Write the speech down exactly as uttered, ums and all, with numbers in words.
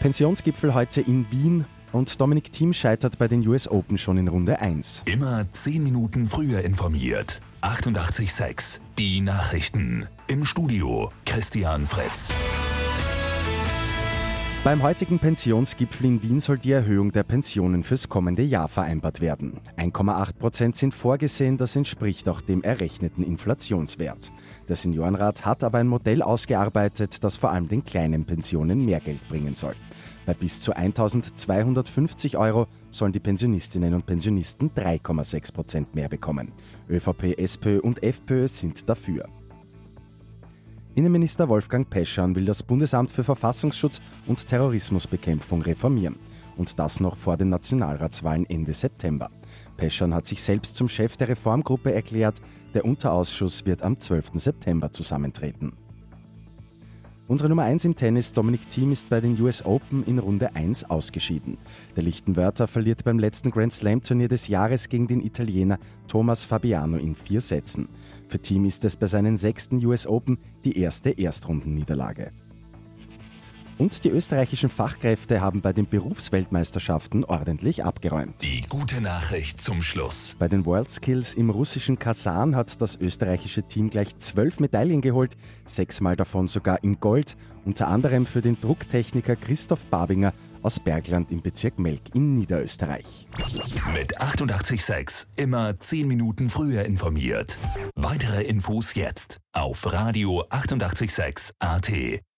Pensionsgipfel heute in Wien und Dominic Thiem scheitert bei den U S Open schon in Runde eins. Immer zehn Minuten früher informiert. achtundachtzig Komma sechs. Die Nachrichten. Im Studio Christian Fritz. Beim heutigen Pensionsgipfel in Wien soll die Erhöhung der Pensionen fürs kommende Jahr vereinbart werden. eins Komma acht Prozent sind vorgesehen, das entspricht auch dem errechneten Inflationswert. Der Seniorenrat hat aber ein Modell ausgearbeitet, das vor allem den kleinen Pensionen mehr Geld bringen soll. Bei bis zu eintausendzweihundertfünfzig Euro sollen die Pensionistinnen und Pensionisten drei Komma sechs Prozent mehr bekommen. ÖVP, SPÖ und FPÖ sind dafür. Innenminister Wolfgang Peschan will das Bundesamt für Verfassungsschutz und Terrorismusbekämpfung reformieren. Und das noch vor den Nationalratswahlen Ende September. Peschan hat sich selbst zum Chef der Reformgruppe erklärt. Der Unterausschuss wird am zwölften September zusammentreten. Unsere Nummer eins im Tennis, Dominic Thiem, ist bei den U S Open in Runde eins ausgeschieden. Der Lichtenwörter verliert beim letzten Grand Slam-Turnier des Jahres gegen den Italiener Thomas Fabiano in vier Sätzen. Für Thiem ist es bei seinen sechsten U S Open die erste Erstrundenniederlage. Und die österreichischen Fachkräfte haben bei den Berufsweltmeisterschaften ordentlich abgeräumt. Die gute Nachricht zum Schluss. Bei den WorldSkills im russischen Kasan hat das österreichische Team gleich zwölf Medaillen geholt, sechsmal davon sogar in Gold, unter anderem für den Drucktechniker Christoph Babinger aus Bergland im Bezirk Melk in Niederösterreich. Mit achtundachtzig Komma sechs immer zehn Minuten früher informiert. Weitere Infos jetzt auf Radio achtundachtzig Komma sechs A T.